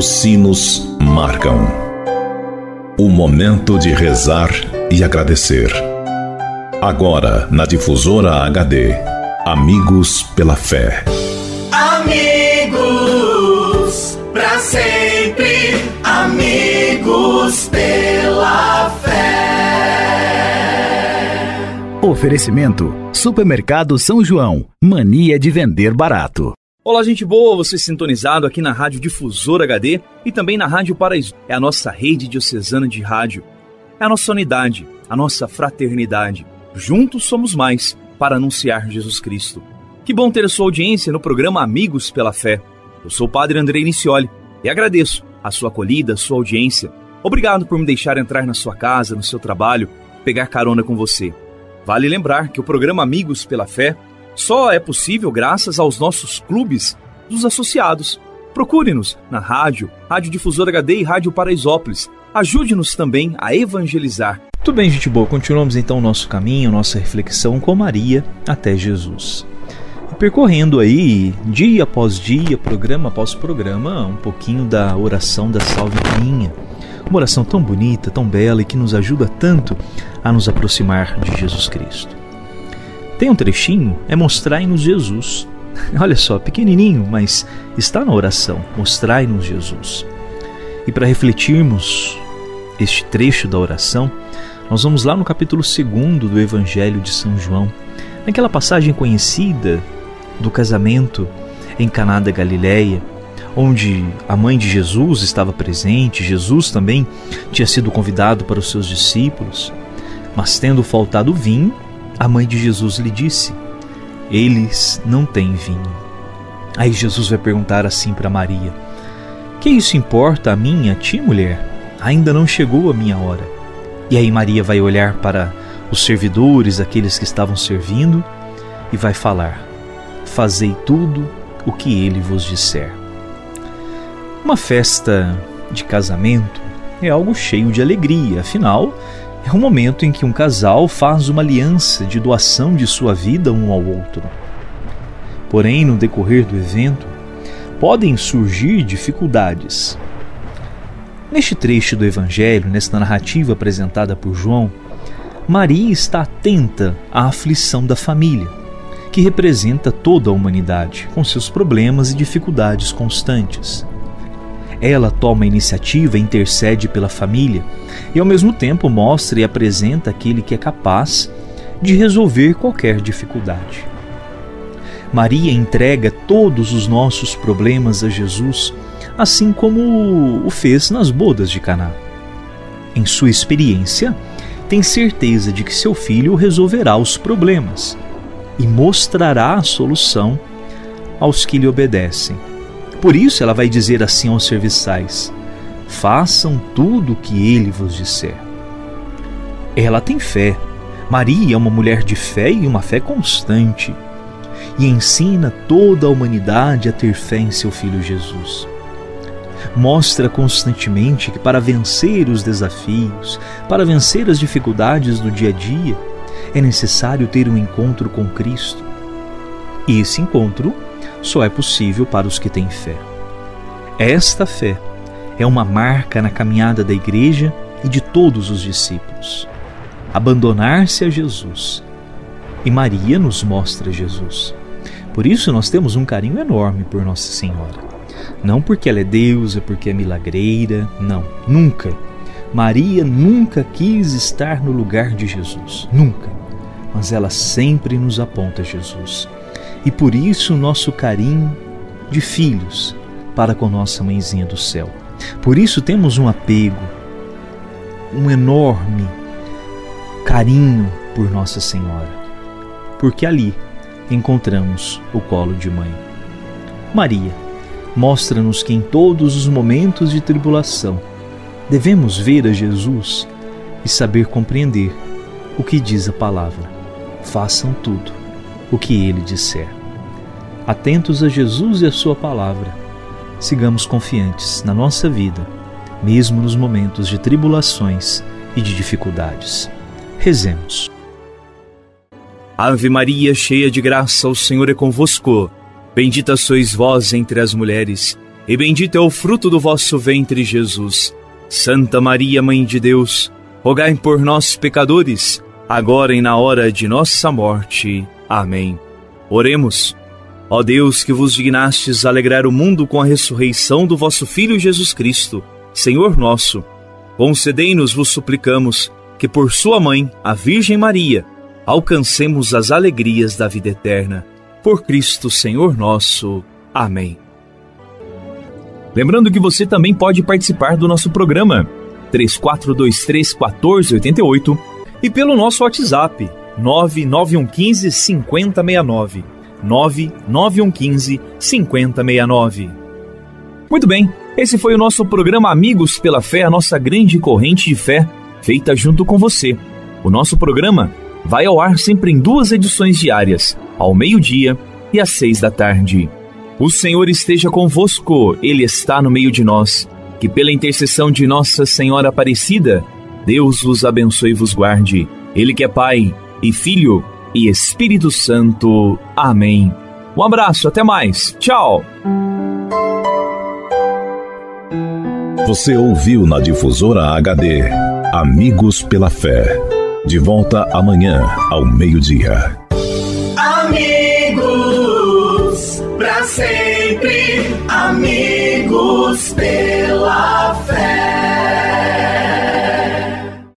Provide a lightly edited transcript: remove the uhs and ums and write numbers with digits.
os sinos marcam o momento de rezar e agradecer. Agora, na Difusora HD, Amigos pela Fé. Amigos, pra sempre, amigos pela fé. Oferecimento: Supermercado São João, mania de vender barato. Olá, gente boa, você sintonizado aqui na Rádio Difusora HD e também na Rádio Paraíso. É a nossa rede diocesana de rádio, é a nossa unidade, a nossa fraternidade. Juntos somos mais para anunciar Jesus Cristo. Que bom ter a sua audiência no programa Amigos pela Fé. Eu sou o Padre Andrei Nicioli e agradeço a sua acolhida, a sua audiência. Obrigado por me deixar entrar na sua casa, no seu trabalho, pegar carona com você. Vale lembrar que o programa Amigos pela Fé só é possível graças aos nossos clubes dos associados. Procure-nos na Rádio Difusora HD e Rádio Paraisópolis. Ajude-nos também a evangelizar. Tudo bem, gente boa? Continuamos então o nosso caminho, nossa reflexão com Maria até Jesus. E percorrendo aí, dia após dia, programa após programa, um pouquinho da oração da Salve Rainha. Uma oração tão bonita, tão bela e que nos ajuda tanto a nos aproximar de Jesus Cristo. Tem um trechinho, é Mostrai-nos Jesus. Olha só, pequenininho, mas está na oração, Mostrai-nos Jesus. E para refletirmos este trecho da oração, nós vamos lá no capítulo 2 do Evangelho de São João, naquela passagem conhecida do casamento em Caná da Galileia, onde a mãe de Jesus estava presente. Jesus também tinha sido convidado para os seus discípulos, mas tendo faltado vinho, a mãe de Jesus lhe disse: eles não têm vinho. Aí Jesus vai perguntar assim para Maria: que isso importa a mim, a ti, mulher? Ainda não chegou a minha hora. E aí Maria vai olhar para os servidores, aqueles que estavam servindo, e vai falar: fazei tudo o que ele vos disser. Uma festa de casamento é algo cheio de alegria, afinal, é um momento em que um casal faz uma aliança de doação de sua vida um ao outro. Porém, no decorrer do evento, podem surgir dificuldades. Neste trecho do Evangelho, nesta narrativa apresentada por João, Maria está atenta à aflição da família, que representa toda a humanidade, com seus problemas e dificuldades constantes. Ela toma a iniciativa e intercede pela família e, ao mesmo tempo, mostra e apresenta aquele que é capaz de resolver qualquer dificuldade. Maria entrega todos os nossos problemas a Jesus, assim como o fez nas bodas de Caná. Em sua experiência, tem certeza de que seu filho resolverá os problemas e mostrará a solução aos que lhe obedecem. Por isso ela vai dizer assim aos serviçais: façam tudo o que ele vos disser. Ela tem fé. Maria é uma mulher de fé e uma fé constante, e ensina toda a humanidade a ter fé em seu Filho Jesus. Mostra constantemente que para vencer os desafios, para vencer as dificuldades do dia a dia, é necessário ter um encontro com Cristo. E esse encontro só é possível para os que têm fé. Esta fé é uma marca na caminhada da Igreja e de todos os discípulos. Abandonar-se a Jesus. E Maria nos mostra Jesus. Por isso nós temos um carinho enorme por Nossa Senhora. Não porque ela é deusa, porque é milagreira, não, nunca. Maria nunca quis estar no lugar de Jesus, nunca. Mas ela sempre nos aponta a Jesus. E por isso o nosso carinho de filhos para com nossa mãezinha do céu. Por isso temos um apego, um enorme carinho por Nossa Senhora, porque ali encontramos o colo de mãe. Maria mostra-nos que em todos os momentos de tribulação devemos ver a Jesus e saber compreender o que diz a palavra. Façam tudo o que ele disser. Atentos a Jesus e a sua palavra, sigamos confiantes na nossa vida, mesmo nos momentos de tribulações e de dificuldades. Rezemos. Ave Maria, cheia de graça, o Senhor é convosco. Bendita sois vós entre as mulheres, e bendito é o fruto do vosso ventre, Jesus. Santa Maria, Mãe de Deus, rogai por nós, pecadores, agora e na hora de nossa morte. Amém. Oremos. Ó Deus, que vos dignastes alegrar o mundo com a ressurreição do vosso Filho Jesus Cristo, Senhor nosso, concedei-nos, vos suplicamos, que por sua mãe, a Virgem Maria, alcancemos as alegrias da vida eterna. Por Cristo, Senhor nosso. Amém. Lembrando que você também pode participar do nosso programa 3423-1488 e pelo nosso WhatsApp 99115 5069. 99115 5069. Muito bem, esse foi o nosso programa Amigos pela Fé, a nossa grande corrente de fé, feita junto com você. O nosso programa vai ao ar sempre em 2 edições diárias, ao meio-dia e às 6 da tarde. O Senhor esteja convosco, Ele está no meio de nós. Que pela intercessão de Nossa Senhora Aparecida, Deus vos abençoe e vos guarde. Ele que é Pai e Filho e Espírito Santo. Amém. Um abraço, até mais. Tchau. Você ouviu na Difusora HD Amigos pela Fé. De volta amanhã ao meio-dia.